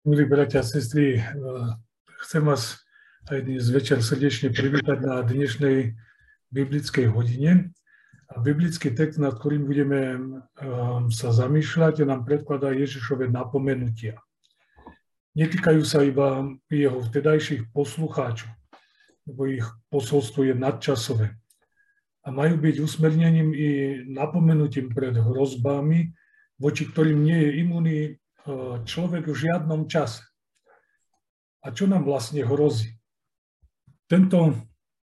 Milí bratia a sestry, chcem vás aj dnes večer srdečne privítať na dnešnej biblickej hodine. A biblický text, nad ktorým budeme sa zamýšľať, nám predkladá Ježišove napomenutia. Netýkajú sa iba jeho vtedajších poslucháčov, lebo ich posolstvo je nadčasové. A majú byť usmernením i napomenutím pred hrozbami, voči ktorým nie je imunný človek v žiadnom čase. A čo nám vlastne hrozí? Tento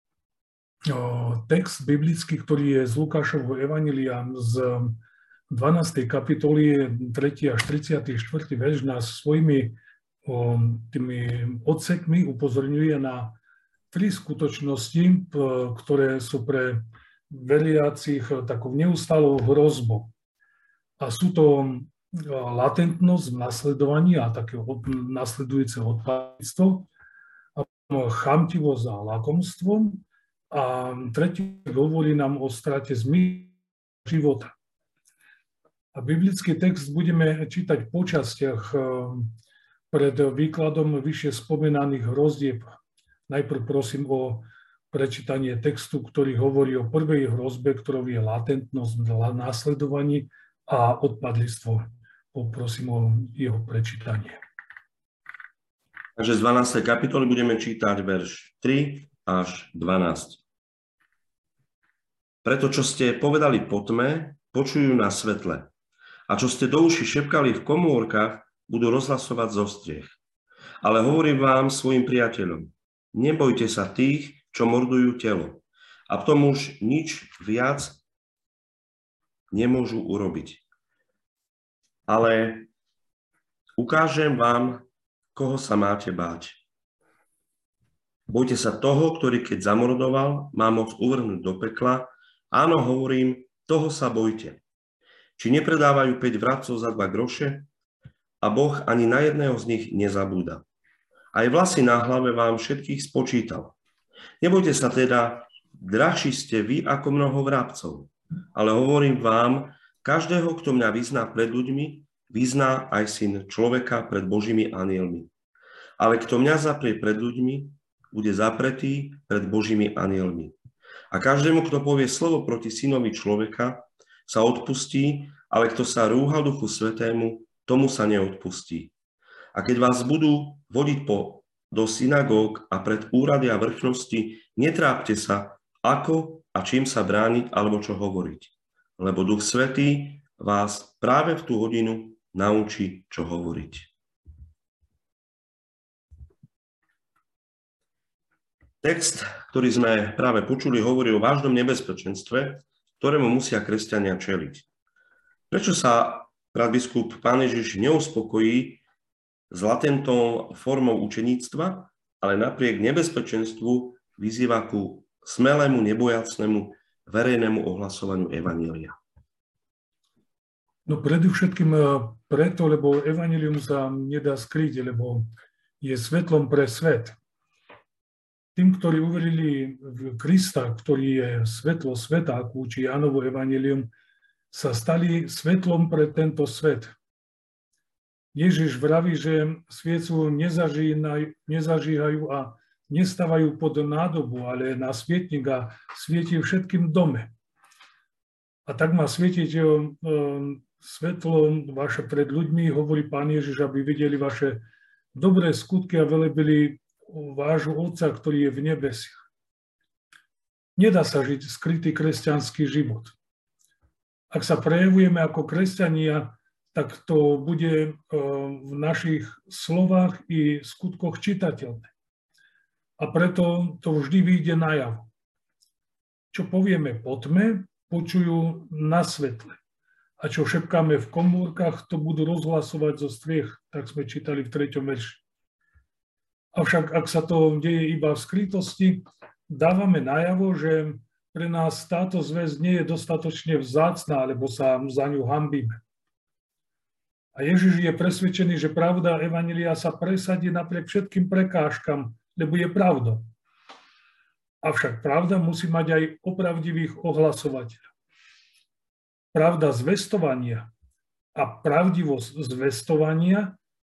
text biblický, ktorý je z Lukášovho evanjelia z 12. kapitoly 3. až 34. verš, nás svojimi tými odsekmi upozorňuje na tri skutočnosti, ktoré sú pre veriacich takou neustálou hrozbou. A sú to latentnosť v nasledovaní a také nasledujúce odpadníctvo, chamtivosť a lakomstvo. A tretí hovorí nám o strate zmyslu života. A biblický text budeme čítať po častiach pred výkladom vyššie spomenaných hrozieb. Najprv prosím o prečítanie textu, ktorý hovorí o prvej hrozbe, ktorou je latentnosť v nasledovaní a odpadlistvo. Poprosím o jeho prečítanie. Takže z 12. kapitoly budeme čítať verš 3 až 12. Preto, čo ste povedali po tme, počujú na svetle. A čo ste do uši šepkali v komórkach, budú rozhlasovať zo striech. Ale hovorím vám, svojim priateľom, nebojte sa tých, čo mordujú telo. A v tom už nič viac nemôžu urobiť. Ale ukážem vám, koho sa máte báť. Bojte sa toho, ktorý keď zamordoval, má moc uvrhnúť do pekla. Áno, hovorím, toho sa bojte. Či nepredávajú 5 vrabcov za 2 groše? A Boh ani na jedného z nich nezabúda. Aj vlasy na hlave vám všetkých spočítal. Nebojte sa teda, drahší ste vy ako mnoho vrabcov. Ale hovorím vám, každého, kto mňa vyzná pred ľuďmi, vyzná aj Syn človeka pred Božími anielmi. Ale kto mňa zaprie pred ľuďmi, bude zapretý pred Božími anielmi. A každému, kto povie slovo proti Synovi človeka, sa odpustí, ale kto sa rúha Duchu Svätému, tomu sa neodpustí. A keď vás budú vodiť do synagóg a pred úrady a vrchnosti, netrápte sa, ako a čím sa brániť alebo čo hovoriť. Lebo Duch Svätý vás práve v tú hodinu naučí, čo hovoriť. Text, ktorý sme práve počuli, hovorí o vážnom nebezpečenstve, ktorému musia kresťania čeliť. Prečo sa biskup Pán Ježiš neuspokojí s latentnou formou učeníctva, ale napriek nebezpečenstvu vyzýva ku smelému, nebojacnému verejnému ohlasovaniu evanjelia? No predovšetkým preto, lebo evanjelium sa nedá skryť, lebo je svetlom pre svet. Tým, ktorí uverili v Krista, ktorý je svetlo sveta, ako učí Jánovo evanjelium, sa stali svetlom pre tento svet. Ježiš vraví, že sviecu nezažíhajú a nestávajú pod nádobu, ale na svietnik a svieti všetkým dome. A tak má svietiť svetlo vaše pred ľuďmi, hovorí Pán Ježiš, aby videli vaše dobré skutky a velebili vášho Otca, ktorý je v nebesiach. Nedá sa žiť skrytý kresťanský život. Ak sa prejavujeme ako kresťania, tak to bude v našich slovách i skutkoch čitateľné. A preto to vždy vyjde najavo. Čo povieme po tme, počujú na svetle. A čo šepkáme v komórkach, to budú rozhlasovať zo striech, tak sme čítali v 3. verši. Avšak ak sa to deje iba v skrytosti, dávame najavo, že pre nás táto zväzť nie je dostatočne vzácna, alebo sa za ňu hanbíme. A Ježiš je presvedčený, že pravda evanjelia sa presadí napriek všetkým prekážkam, lebo je pravdou. Avšak pravda musí mať aj opravdivých ohlasovateľov. Pravda zvestovania a pravdivosť zvestovania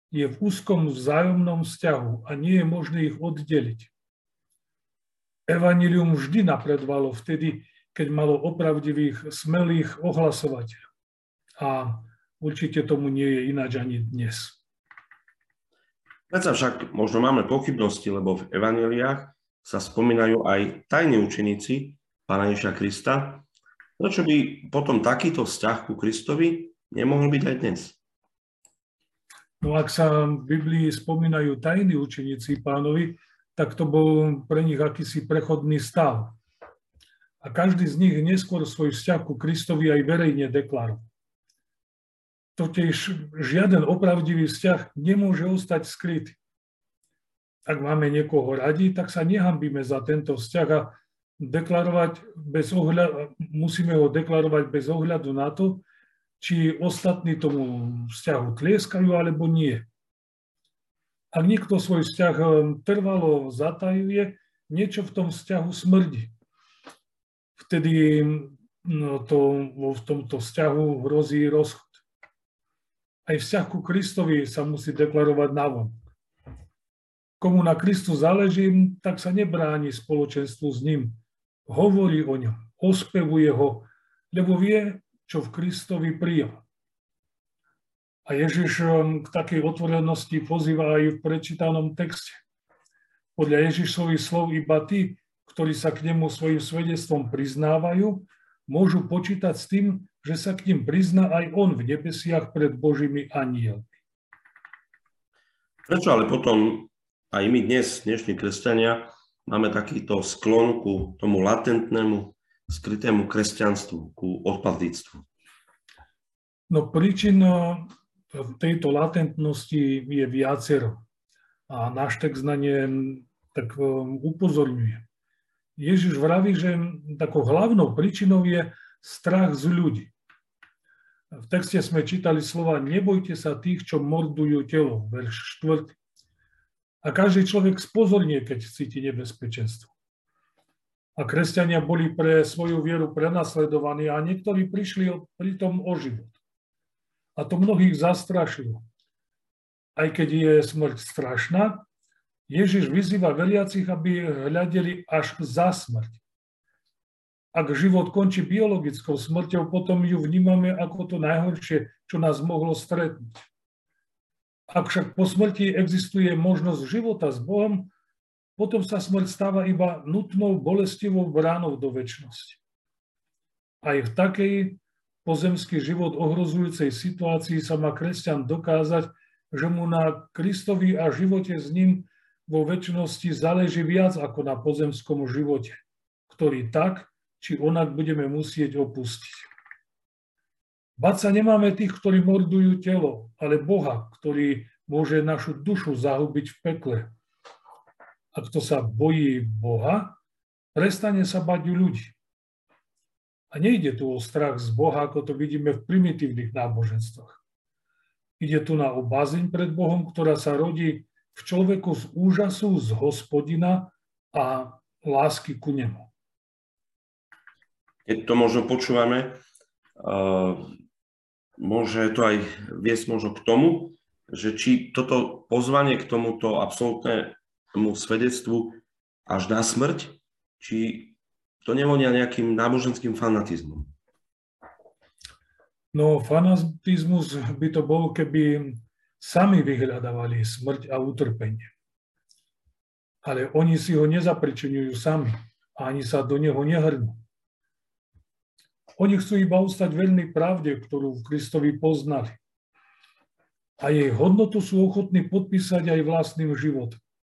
je v úzkom vzájomnom vzťahu a nie je možné ich oddeliť. Evanjelium vždy napredovalo vtedy, keď malo opravdivých, smelých ohlasovateľov. A určite tomu nie je ináč ani dnes. Predsa však možno máme pochybnosti, lebo v evanjeliách sa spomínajú aj tajní učeníci Pána Ježiša Krista. Prečo by potom takýto vzťah ku Kristovi nemohol byť aj dnes? No ak sa v Biblii spomínajú tajní učeníci Pánovi, tak to bol pre nich akýsi prechodný stav. A každý z nich neskôr svoj vzťah ku Kristovi aj verejne deklaroval. Totiž žiaden opravdivý vzťah nemôže ostať skrytý. Ak máme niekoho radi, tak sa nehanbíme za tento vzťah a musíme ho deklarovať bez ohľadu na to, či ostatní tomu vzťahu tlieskajú alebo nie. Ak niekto svoj vzťah trvalo zatajuje, niečo v tom vzťahu smrdí. Vtedy v tomto vzťahu hrozí rozchod. Aj vzťah ku Kristovi sa musí deklarovať navonok. Komu na Kristu záleží, tak sa nebráni spoločenstvu s ním. Hovorí o ňom, ospevuje ho, lebo vie, čo v Kristovi prijal. A Ježiš k takej otvorenosti pozýva aj v prečítanom texte. Podľa Ježišových slov iba tí, ktorí sa k nemu svojim svedectvom priznávajú, môžu počítať s tým, že sa k ním prizná aj on v nebesiach pred Božími anjelmi. Prečo ale potom aj my dnešní kresťania, máme takýto sklon ku tomu latentnému, skrytému kresťanstvu, ku odpadlíctvu? No príčin tejto latentnosti je viacero. A náš text na ne tak upozorňuje. Ježiš vraví, že takou hlavnou príčinou je strach z ľudí. V texte sme čítali slova nebojte sa tých, čo mordujú telo, verš 4. A každý človek spozornie, keď cíti nebezpečenstvo. A kresťania boli pre svoju vieru prenasledovaní a niektorí prišli pritom o život. A to mnohých zastrašilo. Aj keď je smrť strašná, Ježiš vyzýva veriacich, aby hľadeli až za smrť. Ak život končí biologickou smrťou, potom ju vnímame ako to najhoršie, čo nás mohlo stretnúť. Ak však po smrti existuje možnosť života s Bohom, potom sa smrť stáva iba nutnou, bolestivou bránou do večnosti. Aj v takej pozemský život ohrozujúcej situácii sa má kresťan dokázať, že mu na Kristovi a živote s ním vo večnosti záleží viac ako na pozemskom živote, ktorý tak či onak budeme musieť opustiť. Báť sa nemáme tých, ktorí mordujú telo, ale Boha, ktorý môže našu dušu zahubiť v pekle. A kto sa bojí Boha, prestane sa bať ľudí. A nejde tu o strach z Boha, ako to vidíme v primitívnych náboženstvách. Ide tu na bázeň pred Bohom, ktorá sa rodí v človeku z úžasu z Hospodina a lásky ku nemu. Keď to možno počúvame, môže to aj viesť možno k tomu, že či toto pozvanie k tomuto absolútnemu svedectvu až na smrť, či to nevonia nejakým náboženským fanatizmom. No, fanatizmus by to bol, keby sami vyhľadávali smrť a utrpenie. Ale oni si ho nezapričiňujú sami a ani sa do neho nehrnú. Oni chcú iba ostať verní pravde, ktorú v Kristovi poznali. A jej hodnotu sú ochotní podpísať aj vlastným životom.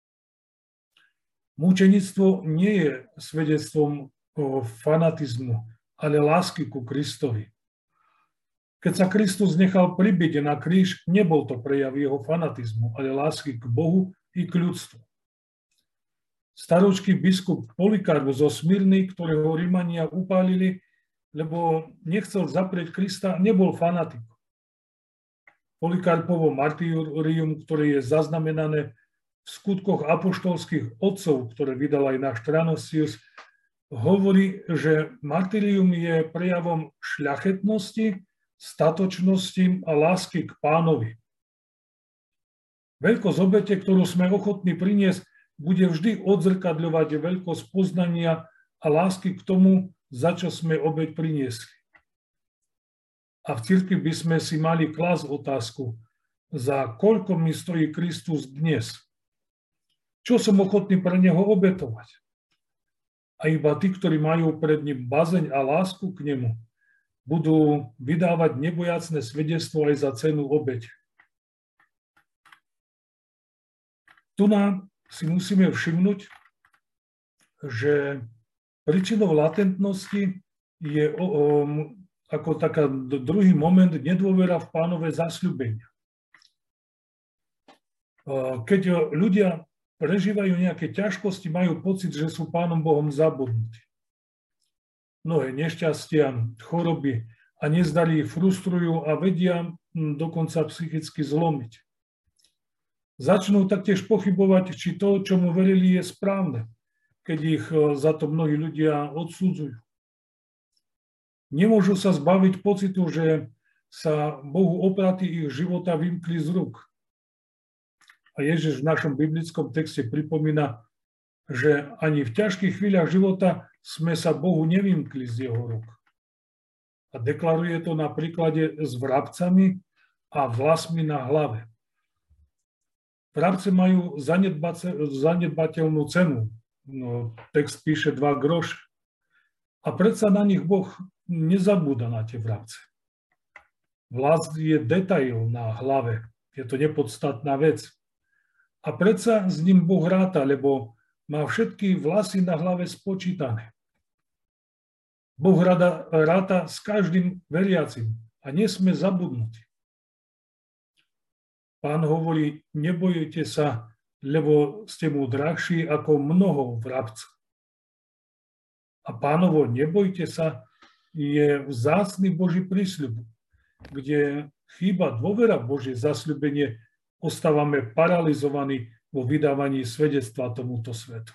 Múčenictvo nie je svedectvom fanatizmu, ale lásky ku Kristovi. Keď sa Kristus nechal pribiť na kríž, nebol to prejav jeho fanatizmu, ale lásky k Bohu i k ľudstvu. Staročký biskup Polikarp zo Smyrny, ktorého Rimania upálili, lebo nechcel zaprieť Krista, nebol fanatik. Polikarpovo martyrium, ktoré je zaznamenané v skutkoch apoštolských otcov, ktoré vydal aj náš Tranosius, hovorí, že martyrium je prejavom šľachetnosti, statočnosti a lásky k Pánovi. Veľkosť obete, ktorú sme ochotní priniesť, bude vždy odzrkadľovať veľkosť poznania a lásky k tomu, za čo sme obeť priniesli. A v cirkvi by sme si mali klásť otázku, za koľko mi stojí Kristus dnes? Čo som ochotný pre neho obetovať? A iba tí, ktorí majú pred ním bazeň a lásku k nemu, budú vydávať nebojacné svedectvo aj za cenu obete. Tu nám si musíme všimnúť, že príčinou latentnosti je ako taká druhý moment nedôvera v Pánové zasľúbenia. Keď ľudia prežívajú nejaké ťažkosti, majú pocit, že sú Pánom Bohom zabudnutí. Mnohé nešťastia, choroby a nezdary ich frustrujú a vedia dokonca psychicky zlomiť. Začnú taktiež pochybovať, či to, čomu verili, je správne, keď ich za to mnohí ľudia odsudzujú. Nemôžu sa zbaviť pocitu, že sa Bohu opraty ich života vymkli z rúk. A Ježiš v našom biblickom texte pripomína, že ani v ťažkých chvíľach života sme sa Bohu nevymkli z jeho rúk. A deklaruje to na príklade s vrabcami a vlasmi na hlave. Vrabce majú zanedbateľnú cenu. Text píše 2 groše. A predsa na nich Boh nezabúda na tie vrabce. Vlas je detail na hlave. Je to nepodstatná vec. A predsa s ním Boh ráta, lebo má všetky vlasy na hlave spočítané. Boh ráta s každým veriacim a nesme zabudnúť. Pán hovorí, nebojte sa, lebo ste mu drahší ako mnoho vrabcov. A Pánovo nebojte sa je vzácny Boží prísľub, kde chýba dôvera v Božie zasľúbenie, ostávame paralizovaní vo vydávaní svedectva tomuto svetu.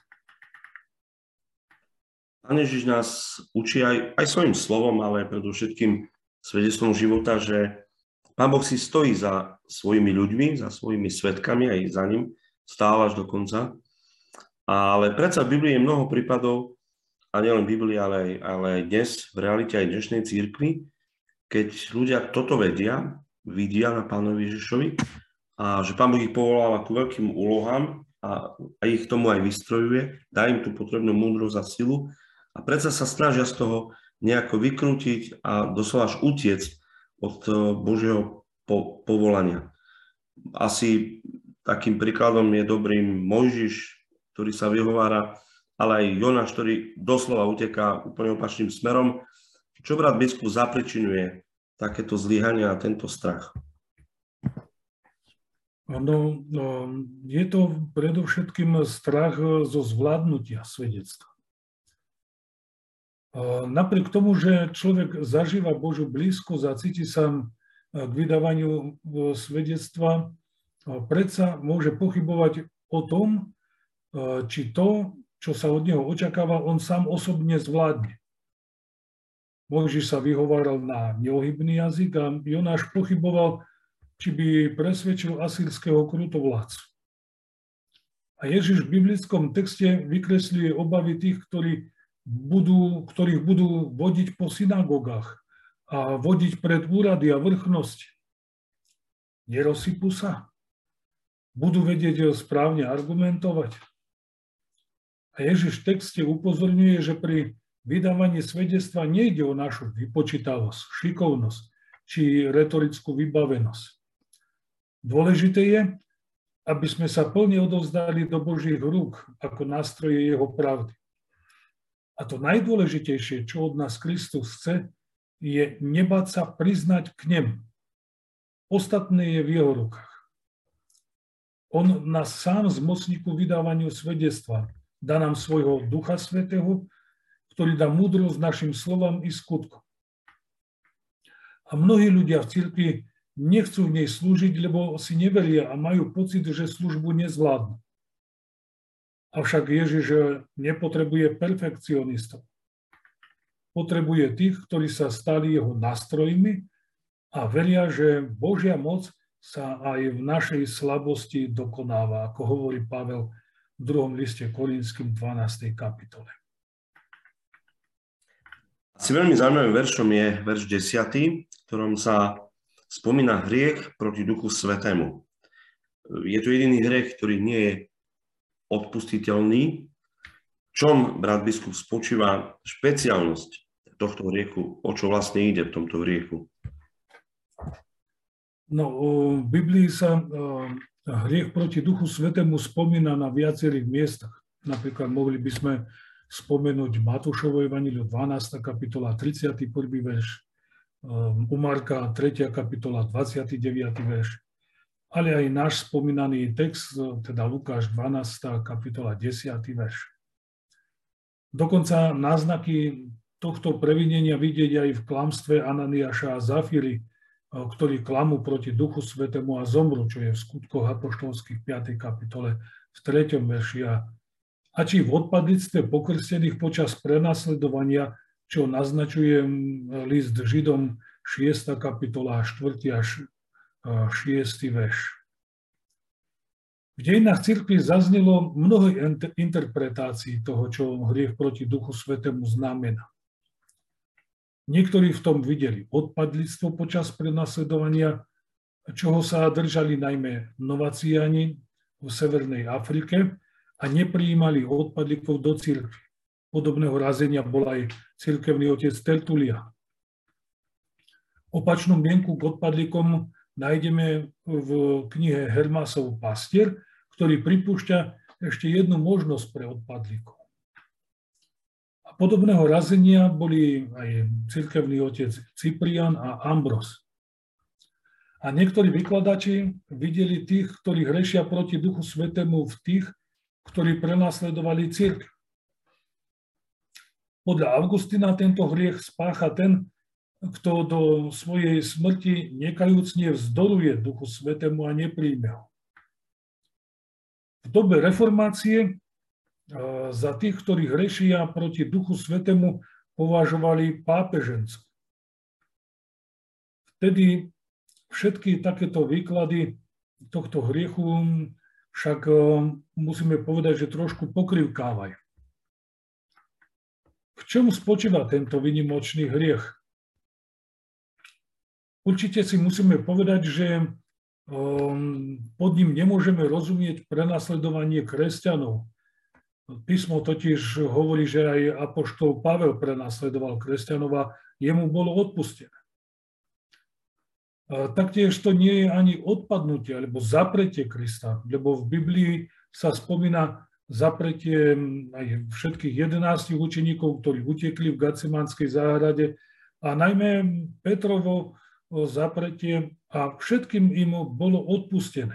Pán Ježiš nás učí aj svojím slovom, ale predovšetkým svedectvom života, že Pán Boh si stojí za svojimi ľuďmi, za svojimi svedkami, aj za ním, stál až do konca. Ale predsa v Biblii je mnoho prípadov, a nielen v Biblii, ale aj dnes, v realite aj dnešnej cirkvi, keď ľudia toto vedia, vidia na Pánovi Ježišovi, a že Pán Boh ich povoláva ku veľkým úlohám a ich tomu aj vystrojuje, dá im tú potrebnú múdrosť a silu a predsa sa snažia z toho nejako vykrútiť a doslova až utiecť od Božieho povolania. Asi takým príkladom je dobrým Mojžiš, ktorý sa vyhovára, ale aj Jonáš, ktorý doslova uteká úplne opačným smerom. Čo brat biskup zapričinuje takéto zlyhanie a tento strach? No, je to predovšetkým strach zo zvládnutia svedectva. Napriek tomu, že človek zažíva Božiu blízkosť a cíti sa k vydávaniu svedectva, predsa môže pochybovať o tom, či to, čo sa od neho očakáva, on sám osobne zvládne. Mojžiš sa vyhováral na neohybný jazyk a Jonáš pochyboval, či by presvedčil asýrskeho krutovládcu. A Ježiš v biblickom texte vykresľuje obavy tých, ktorých budú vodiť po synagogách a vodiť pred úrady a vrchnosti. Nerozsypú sa? Budú vedieť správne argumentovať? A Ježiš v texte upozorňuje, že pri vydávaní svedectva nejde o našu vypočítavosť, šikovnosť či retorickú vybavenosť. Dôležité je, aby sme sa plne odovzdali do Božích rúk ako nástroje jeho pravdy. A to najdôležitejšie, čo od nás Kristus chce, je nebáť sa priznať k nemu. Ostatné je v jeho rukách. On nás sám zmocní ku vydávaniu svedectva. Dá nám svojho Ducha Svätého, ktorý dá múdrosť našim slovám i skutkom. A mnohí ľudia v cirkvi nechcú v nej slúžiť, lebo si neveria a majú pocit, že službu nezvládnu. Avšak Ježiš nepotrebuje perfekcionistov. Potrebuje tých, ktorí sa stali jeho nástrojmi a veria, že Božia moc sa aj v našej slabosti dokonáva, ako hovorí Pavel v 2. liste Korinským 12. kapitole. Asi veľmi zaujímavým veršom je verš 10, v ktorom sa spomína hriech proti Duchu Svätému. Je to jediný hriech, ktorý nie je odpustiteľný. V čom, brat biskup, spočíva špeciálnosť tohto hriechu? O čo vlastne ide v tomto hriechu? No, v Biblii sa hriech proti Duchu Svätému spomína na viacerých miestach. Napríklad mohli by sme spomenúť Matúšovo evanjelium 12. kapitola 31. verš, u Marka 3. kapitola 29. verš, ale aj náš spomínaný text, teda Lukáš 12. kapitola 10. verš. Dokonca náznaky tohto previnenia vidieť aj v klamstve Ananiáša a Zafíry, ktorí klamú proti Duchu Svätému a zomru, čo je v Skutkoch apoštolských 5. kapitole v 3. verši. A či v odpadlictve pokrstených počas prenasledovania, čo naznačuje list Židom 6. kapitola 4. až 6. verš. V dejinách cirkvi zaznelo mnoho interpretácií toho, čo hriech proti Duchu Svätému znamená. Niektorí v tom videli odpadlictvo počas prenasledovania, čoho sa držali najmä Nováciáni v Severnej Afrike a neprijímali odpadlíkov do cirkvi. Podobného razenia bol aj cirkevný otec Tertulian. Opačnú mienku k odpadlíkom nájdeme v knihe Hermásov pastier, ktorý pripúšťa ešte jednu možnosť pre odpadlíkov. A podobného razenia boli aj cirkevný otec Cyprian a Ambros. A niektorí vykladači videli tých, ktorí hrešia proti Duchu Svätému, v tých, ktorí prenasledovali cirkev. Podľa Augustína tento hriech spácha ten, kto do svojej smrti nekajúcne vzdoruje Duchu Svätému a nepríjme ho. V dobe reformácie za tých, ktorí hrešia proti Duchu Svätému, považovali pápežencov. Vtedy všetky takéto výklady tohto hriechu však musíme povedať, že trošku pokrivkávajú. V čom spočíva tento výnimočný hriech? Určite si musíme povedať, že pod ním nemôžeme rozumieť prenasledovanie kresťanov. Písmo totiž hovorí, že aj apoštol Pavel prenasledoval kresťanov a jemu bolo odpustené. Taktiež to nie je ani odpadnutie alebo zapretie Krista, lebo v Biblii sa spomína zapretie aj všetkých 11 učeníkov, ktorí utekli v Getsemanskej záhrade, a najmä Petrovo zapretie, a všetkým im bolo odpustené.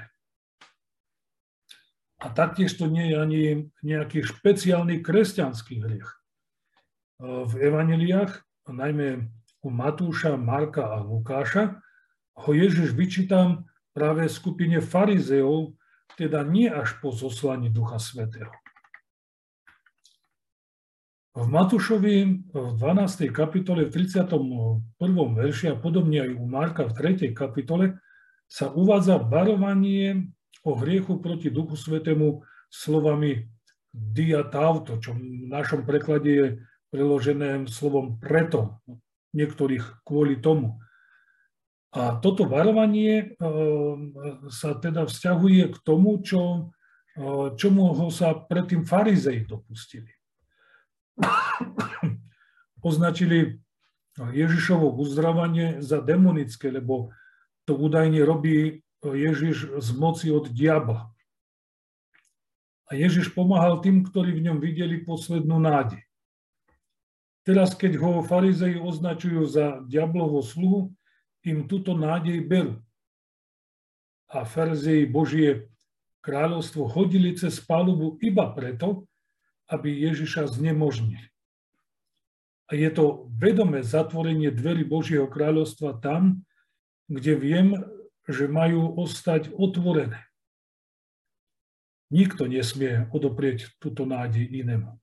A taktiež to nie je ani nejaký špeciálny kresťanský hriech. V evanjeliách, najmä u Matúša, Marka a Lukáša, ho Ježiš vyčíta práve skupine farizeov, teda nie až po zoslaní Ducha Svätého. V Matúšovi v 12. kapitole v 31. verši a podobne aj u Marka v 3. kapitole sa uvádza varovanie o hriechu proti Duchu Svätému slovami diatauto, čo v našom preklade je preložené slovom preto, niektorých kvôli tomu. A toto varovanie sa teda vzťahuje k tomu, čomu ho sa predtým farizei dopustili. Označili Ježišovo uzdravanie za demonické, lebo to údajne robí Ježiš z moci od diabla. A Ježiš pomáhal tým, ktorí v ňom videli poslednú nádej. Teraz, keď ho farizei označujú za diablovo sluhu, im túto nádej berú. A farizei Božie kráľovstvo hodili cez palubu iba preto, aby Ježiša znemožnili. A je to vedomé zatvorenie dverí Božieho kráľovstva tam, kde viem, že majú ostať otvorené. Nikto nesmie odoprieť túto nádej inému.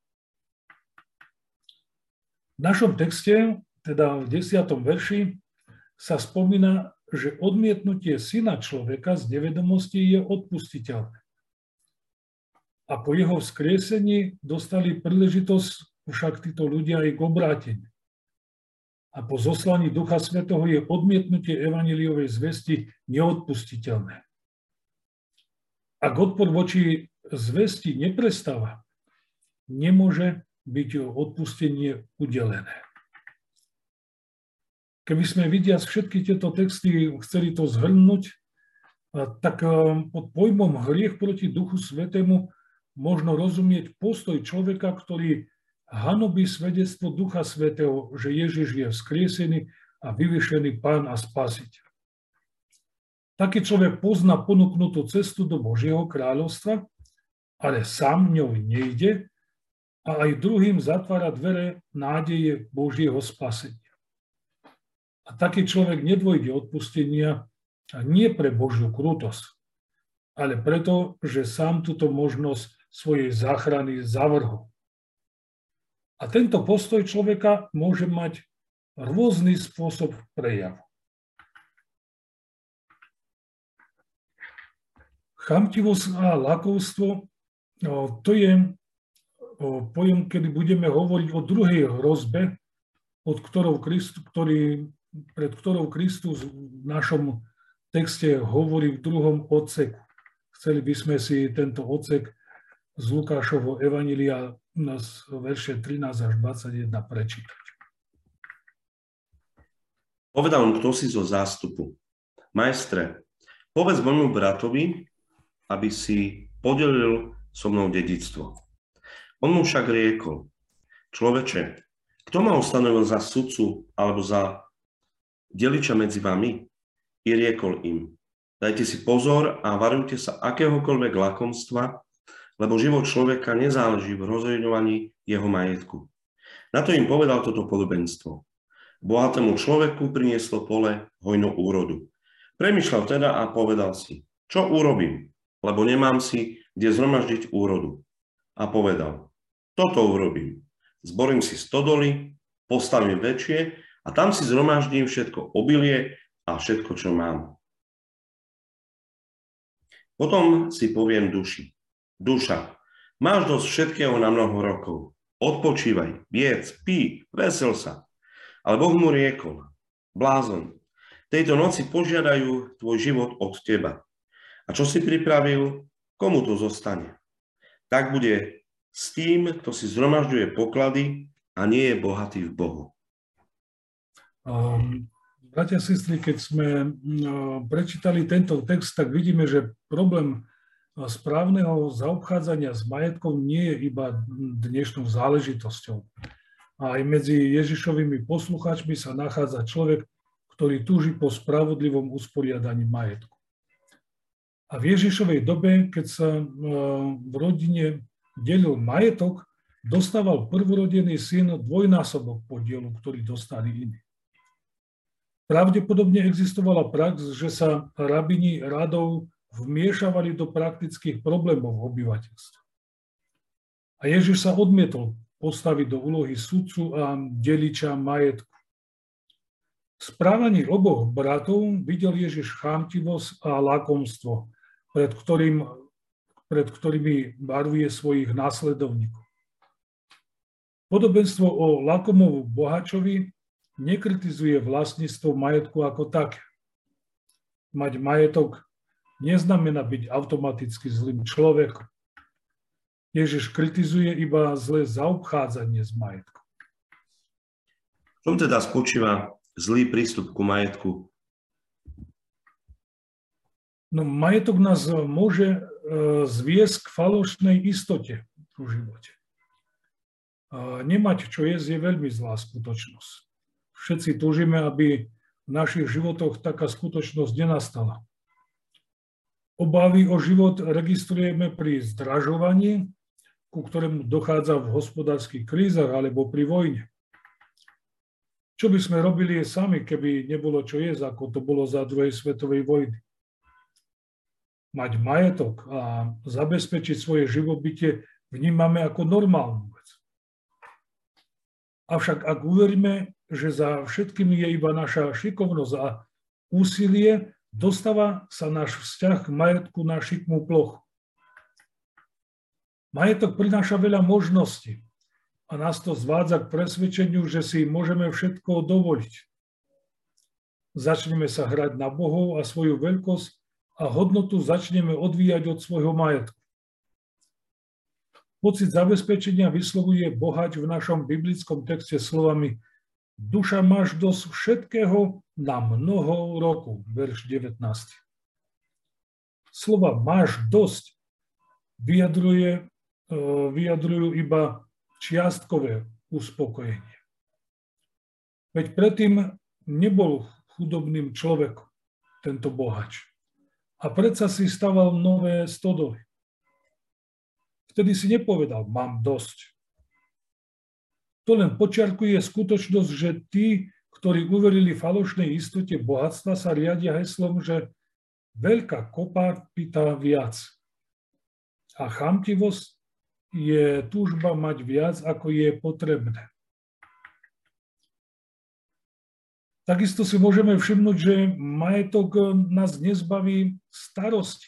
V našom texte, teda v 10. verši, sa spomína, že odmietnutie syna človeka z nevedomosti je odpustiteľné. A po jeho vzkriesení dostali príležitosť však títo ľudia aj k obráteniu. A po zoslaní Ducha Svätého je odmietnutie evanjeliovej zvesti neodpustiteľné. Ak odpor voči zvesti neprestáva, nemôže byť odpustenie udelené. Keby sme vidiac všetky tieto texty chceli to zhrnúť, tak pod pojmom hriech proti Duchu Svätému možno rozumieť postoj človeka, ktorý hanobí svedectvo Ducha Svätého, že Ježiš je vzkriesený a vyvyšený Pán a Spasiteľ. Taký človek pozná ponúknutú cestu do Božieho kráľovstva, ale sám ňou nejde a aj druhým zatvára dvere nádeje Božieho spasenia. A taký človek nedvojde odpustenia a nie pre Božiu krutosť, ale preto, že sám túto možnosť svojej záchrany zavrhol. A tento postoj človeka môže mať rôzny spôsob prejavu. Chamtivosť a lakovstvo, to je pojem, kedy budeme hovoriť o druhej hrozbe, pred ktorou Kristus v našom texte hovorí v 2. odseku. Chceli by sme si tento odsek z Lukášovho evanjelia z verše 13 až 21 prečítať. Povedal mu kto si zo zástupu: Majstre, povedz môjmu bratovi, aby si podelil so mnou dedičstvo. On mu však riekol: Človeče, kto ma ustanovil za sudcu alebo za deliča medzi vami? I riekol im: Dajte si pozor a varujte sa akéhokoľvek lakomstva, lebo život človeka nezáleží v rozhodovaní jeho majetku. Na to im povedal toto podobenstvo. Bohatému človeku prinieslo pole hojnú úrodu. Premýšľal teda a povedal si: Čo urobím? Lebo nemám si, kde zhromaždiť úrodu. A povedal: Toto urobím. Zborím si stodoly, postavím väčšie a tam si zhromaždím všetko obilie a všetko, čo mám. Potom si poviem duši: Duša, máš dosť všetkého na mnoho rokov. Odpočívaj, jedz, pí, vesel sa. Ale Boh mu riekol: Blázon, tejto noci požiadajú tvoj život od teba. A čo si pripravil, komu to zostane? Tak bude s tým, kto si zhromažďuje poklady a nie je bohatý v Bohu. Bratia a sestry, keď sme prečítali tento text, tak vidíme, že problém správneho zaobchádzania s majetkom nie je iba dnešnou záležitosťou. A aj medzi Ježišovými poslucháčmi sa nachádza človek, ktorý túži po spravodlivom usporiadaní majetku. A v Ježišovej dobe, keď sa v rodine delil majetok, dostával prvorodený syn dvojnásobok podielu, ktorý dostali iní. Pravdepodobne existovala prax, že sa rabini radov vmiešavali do praktických problémov obyvateľstva. A Ježiš sa odmietol postaviť do úlohy sudcu a deliča majetku. V správaní oboch bratov videl Ježiš chamtivosť a lakomstvo, pred ktorými varuje svojich následovníkov. Podobenstvo o lakomovu bohačovi nekritizuje vlastníctvo majetku ako také. Mať majetok neznamená byť automaticky zlým človekom. Ježiš kritizuje iba zlé zaobchádzanie s majetkom. V čom teda spočíva zlý prístup ku majetku? No, majetok nás môže zviesť k falošnej istote v živote. Nemať čo jesť je veľmi zlá skutočnosť. Všetci túžime, aby v našich životoch taká skutočnosť nenastala. Obavy o život registrujeme pri zdražovaní, ku ktorému dochádza v hospodárskych krízach alebo pri vojne. Čo by sme robili sami, keby nebolo čo jesť, ako to bolo za druhej svetovej vojny? Mať majetok a zabezpečiť svoje živobytie vnímame ako normálnu vec. Avšak ak uveríme, že za všetkým je iba naša šikovnosť a úsilie, dostáva sa náš vzťah k majetku na šikmú plochu. Majetok prináša veľa možností a nás to zvádza k presvedčeniu, že si môžeme všetko dovoliť. Začneme sa hrať na bohov a svoju veľkosť a hodnotu začneme odvíjať od svojho majetku. Pocit zabezpečenia vyslovuje bohač v našom biblickom texte slovami duša máš dosť všetkého na mnoho rokov, verš 19. Slova máš dosť vyjadrujú iba čiastkové uspokojenie. Veď predtým nebol chudobným človekom tento bohač. A predsa si staval nové stodoly. Vtedy si nepovedal, mám dosť. To len podčiarkuje skutočnosť, že tí, ktorí uverili falošnej istote bohatstva, sa riadia heslom, že veľká kopa pýta viac. A chamtivosť je túžba mať viac, ako je potrebné. Takisto si môžeme všimnúť, že majetok nás nezbaví starosti.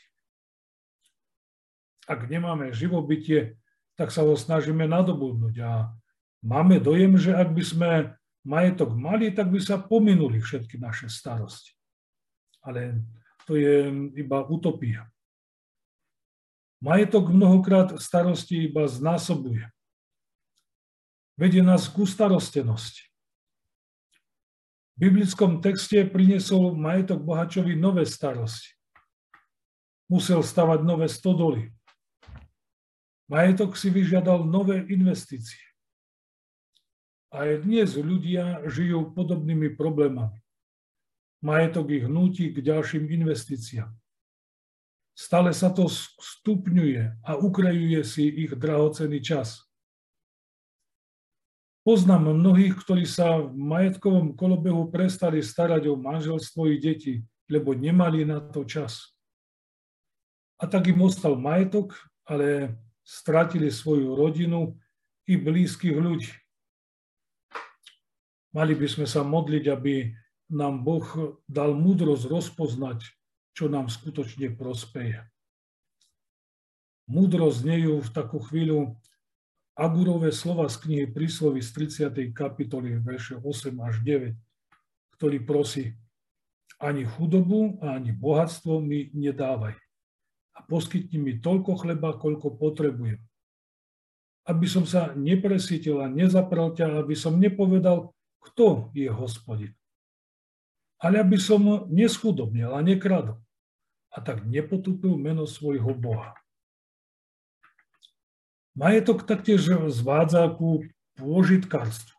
Ak nemáme živobytie, tak sa ho snažíme nadobudnúť. A máme dojem, že ak by sme majetok mali, tak by sa pominuli všetky naše starosti. Ale to je iba utopia. Majetok mnohokrát starosti iba znásobuje. Vedie nás k ustarostenosti. V biblickom texte priniesol majetok bohačovi nové starosti. Musel stavať nové stodoly. Majetok si vyžiadal nové investície. Aj dnes ľudia žijú podobnými problémami. Majetok ich núti k ďalším investíciám. Stále sa to stupňuje a ukrajuje si ich drahocenný čas. Poznám mnohých, ktorí sa v majetkovom kolobehu prestali starať o manželstvo i deti, lebo nemali na to čas. A tak im ostal majetok, ale stratili svoju rodinu i blízkych ľudí. Mali by sme sa modliť, aby nám Boh dal múdrosť rozpoznať, čo nám skutočne prospeje. Múdro znejú v takú chvíľu Agurové slova z knihy Prísloví z 30. kapitoly, verše 8 až 9, ktorý prosí, ani chudobu, ani bohatstvo mi nedávaj a poskytni mi toľko chleba, koľko potrebujem. Aby som sa nepresítil a nezaprel ťa, aby som nepovedal, kto je Hospodin. Ale aby som neschudobnil a nekradol a tak nepotúpil meno svojho Boha. Majetok taktiež zvádza ku pôžitkárstvu.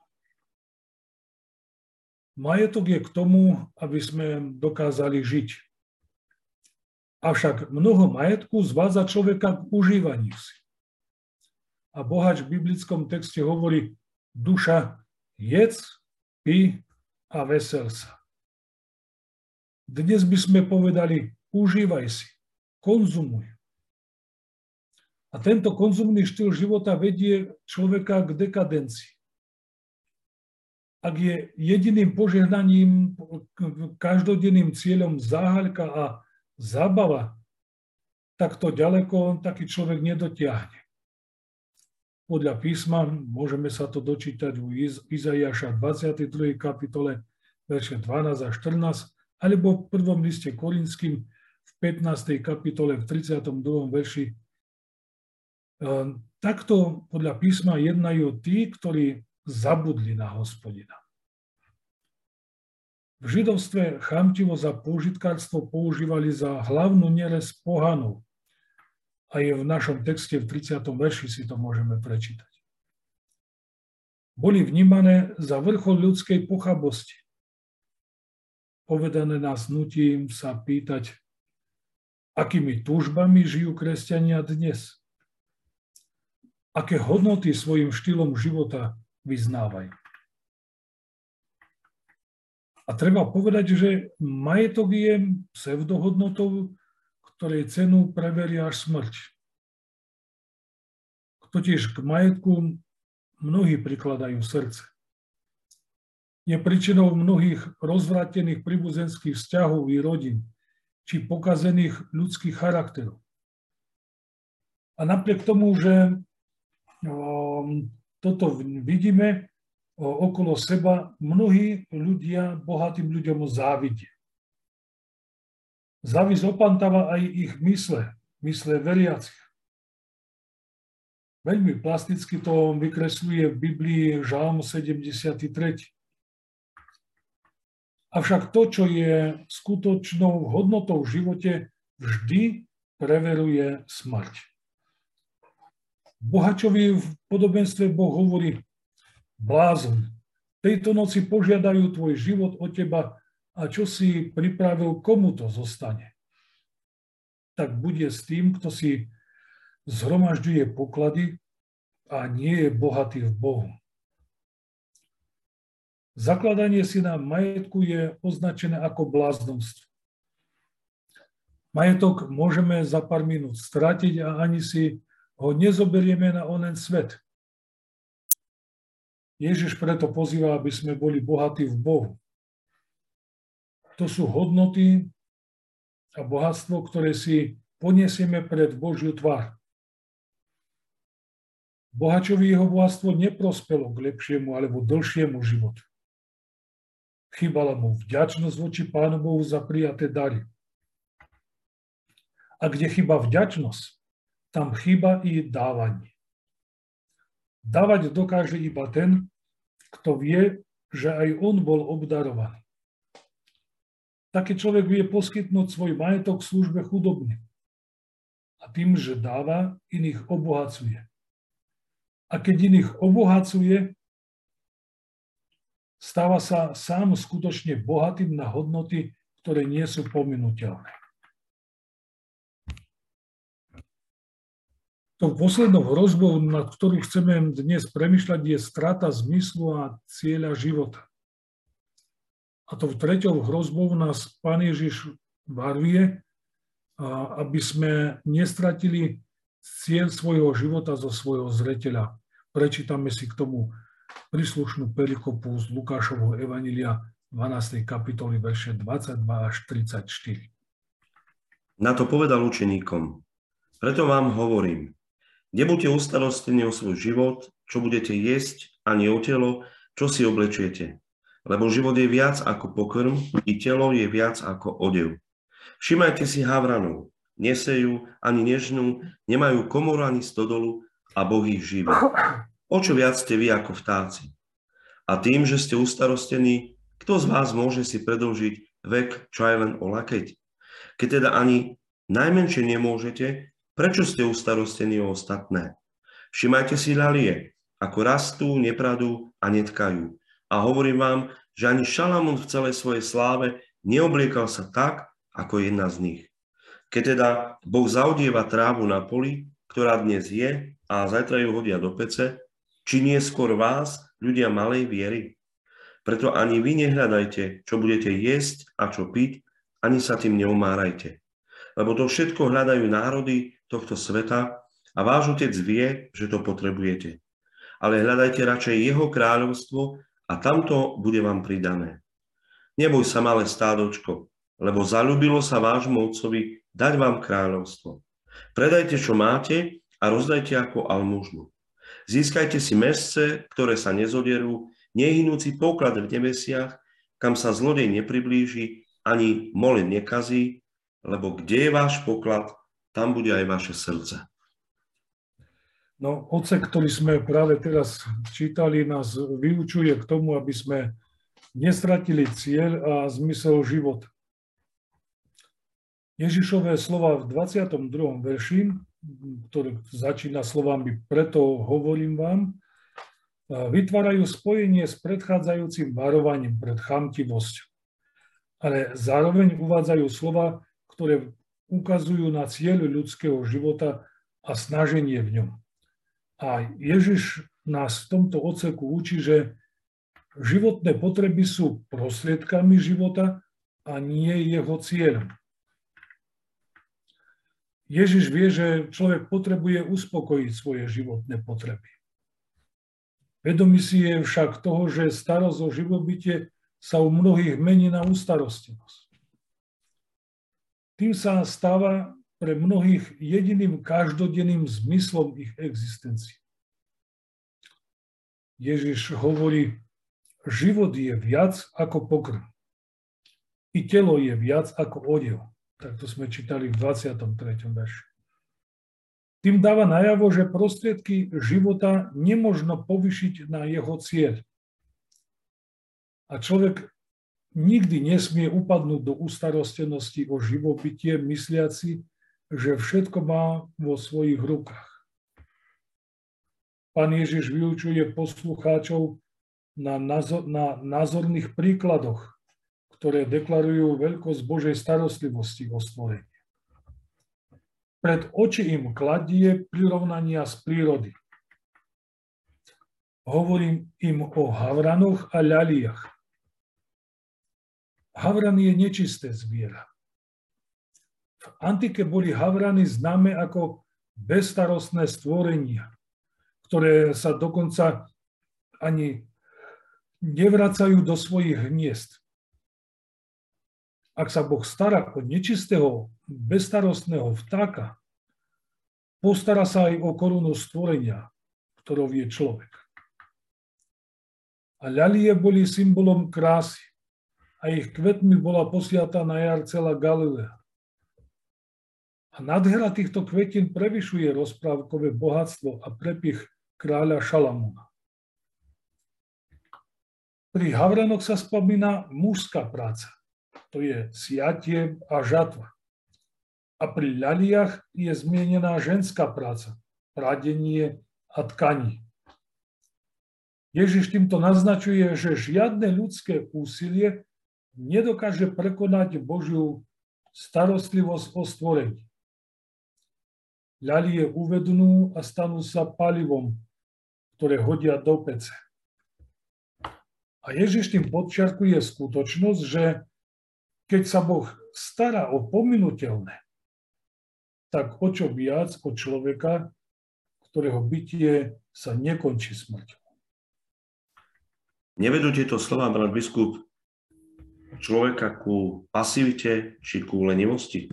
Majetok je k tomu, aby sme dokázali žiť. Avšak mnoho majetku zvádza človeka k užívaniu si. A bohač v biblickom texte hovorí, duša, jedz, pí a vesel sa. Dnes by sme povedali, užívaj si, konzumuj. A tento konzumný štýl života vedie človeka k dekadencii. Ak je jediným požehnaním, každodenným cieľom záhaľka a zábava, tak to ďaleko taký človek nedotiahne. Podľa písma môžeme sa to dočítať u Izaiáša 22. kapitole, verše 12 a 14, alebo v prvom liste Korinským v 15. kapitole v 32. verši. Takto podľa písma jednajú tí, ktorí zabudli na Hospodina. V židovstve chamtivosť a pôžitkárstvo používali za hlavnú neresť pohanov. A je v našom texte v 30. verši si to môžeme prečítať. Boli vnímané za vrchol ľudskej pochabosti. Povedané nás nutí sa pýtať, akými túžbami žijú kresťania dnes. Aké hodnoty svojim štýlom života vyznávajú. A treba povedať, že majetok je pseudohodnotou, ktorej cenu preveria až smrť. Totiž k majetku mnohí prikladajú srdce. Je príčinou mnohých rozvrátených príbuzenských vzťahov i rodín, či pokazených ľudských charakterov. A napriek tomu, že toto vidíme okolo seba, mnohí ľudia bohatým ľuďom závidia. Závisť opantáva aj ich mysle veriacich. Veľmi plasticky to vykresľuje v Biblii Žalm 73. Avšak to, čo je skutočnou hodnotou v živote, vždy preveruje smrť. Bohačovi v podobenstve Boh hovorí: blázon, tejto noci požiadajú tvoj život od teba a čo si pripravil, komu to zostane. Tak bude s tým, kto si zhromažďuje poklady a nie je bohatý v Bohu. Zakladanie si na majetku je označené ako bláznostvo. Majetok môžeme za pár minút stratiť a ani si ho nezoberieme na onen svet. Ježiš preto pozýva, aby sme boli bohatí v Bohu. To sú hodnoty a bohatstvo, ktoré si poniesieme pred Božiu tvár. Bohačovi jeho bohatstvo neprospelo k lepšiemu alebo dlhšiemu životu. Chýbala mu vďačnosť voči Pánu Bohu za prijaté dary. A kde chýba vďačnosť, tam chýba i dávanie. Dávať dokáže iba ten, kto vie, že aj on bol obdarovaný. Taký človek vie poskytnúť svoj majetok v službe chudobným. A tým, že dáva, iných obohacuje. A keď iných obohacuje, stáva sa sám skutočne bohatým na hodnoty, ktoré nie sú pominuteľné. Tou poslednou hrozbou, nad ktorú chceme dnes premýšľať, je strata zmyslu a cieľa života. A tou treťou hrozbou nás Pán Ježiš varuje, aby sme nestratili cieľ svojho života zo svojho zreteľa. Prečítame si k tomu príslušnú perikopu z Lukášovho evanjelia 12. kapitoly verše 22 až 34. Na to povedal učeníkom: preto vám hovorím, nebuďte ustarostení o svoj život, čo budete jesť, ani o telo, čo si oblečiete. Lebo život je viac ako pokrm, i telo je viac ako odev. Všimajte si havranov, nesejú ani nežnú, nemajú komoru ani stodolu, a Boh ich živí. O čo viac ste vy ako vtáci? A tým, že ste ustarostení, kto z vás môže si predĺžiť vek čo aj len o lakeť? Keď teda ani najmenšie nemôžete, prečo ste ustarostení o ostatné? Všimajte si ľalie, ako rastú, nepradú a netkajú. A hovorím vám, že ani Šalamún v celej svojej sláve neobliekal sa tak, ako jedna z nich. Keď teda Boh zaodieva trávu na poli, ktorá dnes je a zajtra ju hodia do pece, či nie skôr vás, ľudia malej viery? Preto ani vy nehľadajte, čo budete jesť a čo piť, ani sa tým neumárajte. Lebo to všetko hľadajú národy tohto sveta a váš Otec vie, že to potrebujete. Ale hľadajte radšej jeho kráľovstvo a tamto bude vám pridané. Neboj sa, malé stádočko, lebo zaľúbilo sa vášmu Otcovi dať vám kráľovstvo. Predajte, čo máte a rozdajte ako almužnu. Získajte si mesce, ktoré sa nezoderú, nehynúci poklad v nebesiach, kam sa zlodej nepriblíži, ani molen nekazí, lebo kde je váš poklad, tam bude aj vaše srdce. No, odsek, ktorý sme práve teraz čítali, nás vyučuje k tomu, aby sme nestratili cieľ a zmysel života. Ježišové slova v 22. verši, ktorý začína slovami preto hovorím vám, vytvárajú spojenie s predchádzajúcim varovaním pred chamtivosťou. Ale zároveň uvádzajú slova, ktoré ukazujú na cieľ ľudského života a snaženie v ňom. A Ježiš nás v tomto odseku učí, že životné potreby sú prostriedkami života a nie jeho cieľom. Ježiš vie, že človek potrebuje uspokojiť svoje životné potreby. Vedomí si je však toho, že starosť o živobytie sa u mnohých mení na ústarostenosť. Tým sa stáva pre mnohých jediným každodenným zmyslom ich existencie. Ježiš hovorí, život je viac ako pokrm. I telo je viac ako odev. Tak to sme čítali v 23. verši. Tým dáva najavo, že prostriedky života nemožno povyšiť na jeho cieľ. A človek nikdy nesmie upadnúť do ústarostenosti o živobytie, mysliaci, že všetko má vo svojich rukách. Pán Ježiš vyučuje poslucháčov na názorných príkladoch, ktoré deklarujú veľkosť Božej starostlivosti o stvorenie. Pred oči im kladie prirovnania z prírody. Hovorím im o havranoch a ľaliach. Havran je nečisté zviera. V antike boli havrany známe ako bezstarostné stvorenia, ktoré sa dokonca ani nevracajú do svojich hniezd. Ak sa Boh stará o nečistého, bezstarostného vtáka, postará sa aj o korunu stvorenia, ktorou je človek. A ľalie boli symbolom krásy a ich kvetmi bola posiatá na jar celá Galilea. A nádhera týchto kvetín prevyšuje rozprávkové bohatstvo a prepich kráľa Šalamúna. Pri havranoch sa spomína mužská práca, to je siatie a žatva. A pri ľaliach je zmienená ženská práca, prádenie a tkaní. Ježiš týmto naznačuje, že žiadne ľudské úsilie nedokáže prekonať Božiu starostlivosť o stvorení. Ľalie uvednú a stanú sa palivom, ktoré hodia do pece. A Ježiš tým podčiarkuje skutočnosť, že keď sa Boh stará o pominuteľné, tak o čo viac o človeka, ktorého bytie sa nekončí smrťou. Nevedú tieto slova, brat biskup, človeka ku pasivite či ku lenivosti?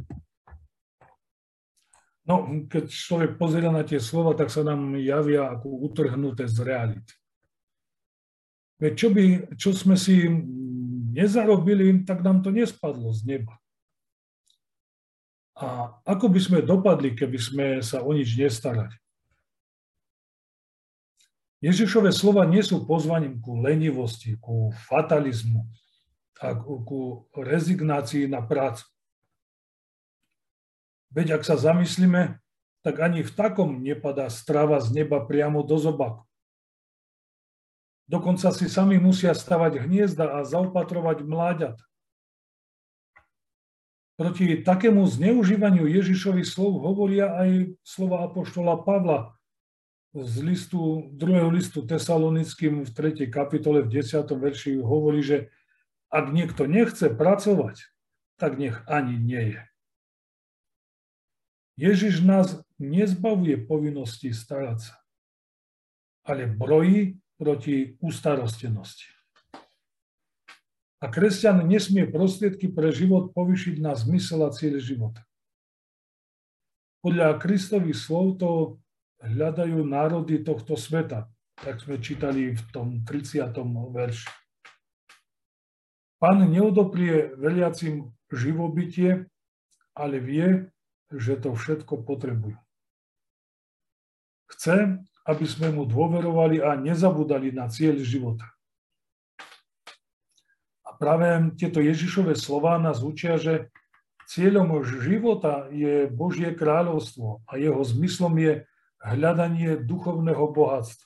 No, keď človek pozerá na tie slova, tak sa nám javia ako utrhnuté z reality. Veď čo sme si nezarobili, tak nám to nespadlo z neba. A ako by sme dopadli, keby sme sa o nič nestarali? Ježišove slova nie sú pozvaním ku lenivosti, ku fatalizmu a ku rezignácii na prácu. Veď ak sa zamyslíme, tak ani v takom nepadá strava z neba priamo do zobáku. Dokonca si sami musia stavať hniezda a zaopatrovať mláďat. Proti takému zneužívaniu Ježišových slov hovoria aj slova apoštola Pavla z druhého listu Tesalonickým v 3. kapitole v 10. verši hovorí, že ak niekto nechce pracovať, tak nech ani nie je. Ježiš nás nezbavuje povinnosti starať sa, ale brojí proti ústarostenosti. A kresťan nesmie prostriedky pre život povyšiť na zmysel a cieľ života. Podľa Kristových slov to hľadajú národy tohto sveta, tak sme čítali v tom 30. verši. Pán neodoprie veliacim živobytie, ale vie, že to všetko potrebujú. Chce, aby sme mu dôverovali a nezabudali na cieľ života. A práve tieto Ježišove slová nás učia, že cieľom života je Božie kráľovstvo a jeho zmyslom je hľadanie duchovného bohatstva.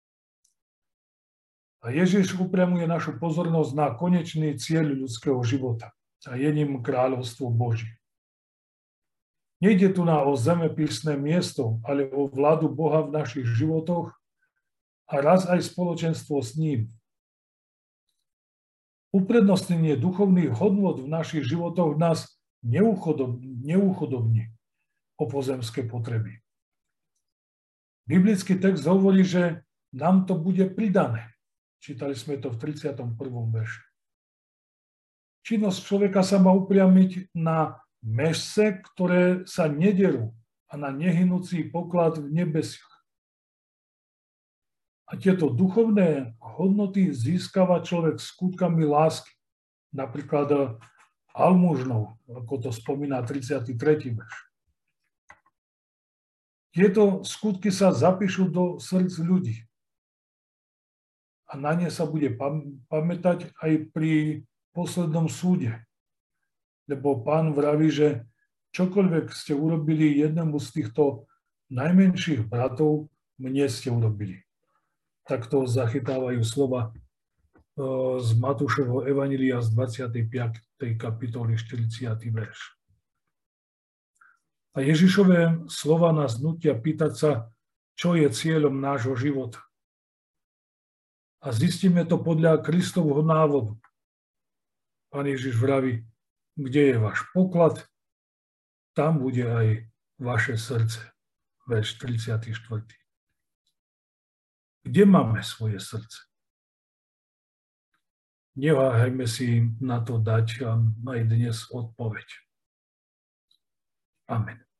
A Ježiš upriamuje našu pozornosť na konečný cieľ ľudského života a je ním kráľovstvo Božie. Nejde tu o zemepisné miesto, ale o vládu Boha v našich životoch a raz aj spoločenstvo s ním. Uprednostnenie duchovných hodnôt v našich životoch nás neuchudobní o pozemské potreby. Biblický text hovorí, že nám to bude pridané. Čítali sme to v 31. verši. Činnosť človeka sa má upriamiť na mešce, ktoré sa nederú, a na nehynúci poklad v nebesiach. A tieto duchovné hodnoty získava človek skutkami lásky. Napríklad almužnou, ako to spomína 33. verš. Tieto skutky sa zapíšu do srdc ľudí. A na ne sa bude pamätať aj pri poslednom súde. Lebo Pán vraví, že čokoľvek ste urobili jednému z týchto najmenších bratov, mne ste urobili. Takto zachytávajú slova z Matúšovho evanjelia z 25. kapitoly 40. verš. A Ježišové slova nás nutia pýtať sa, čo je cieľom nášho života. A zistíme to podľa Kristovho návodu. Pán Ježiš vraví, kde je váš poklad, tam bude aj vaše srdce. Verš 34. Kde máme svoje srdce? Neváhajme si na to dať aj dnes odpoveď. Amen.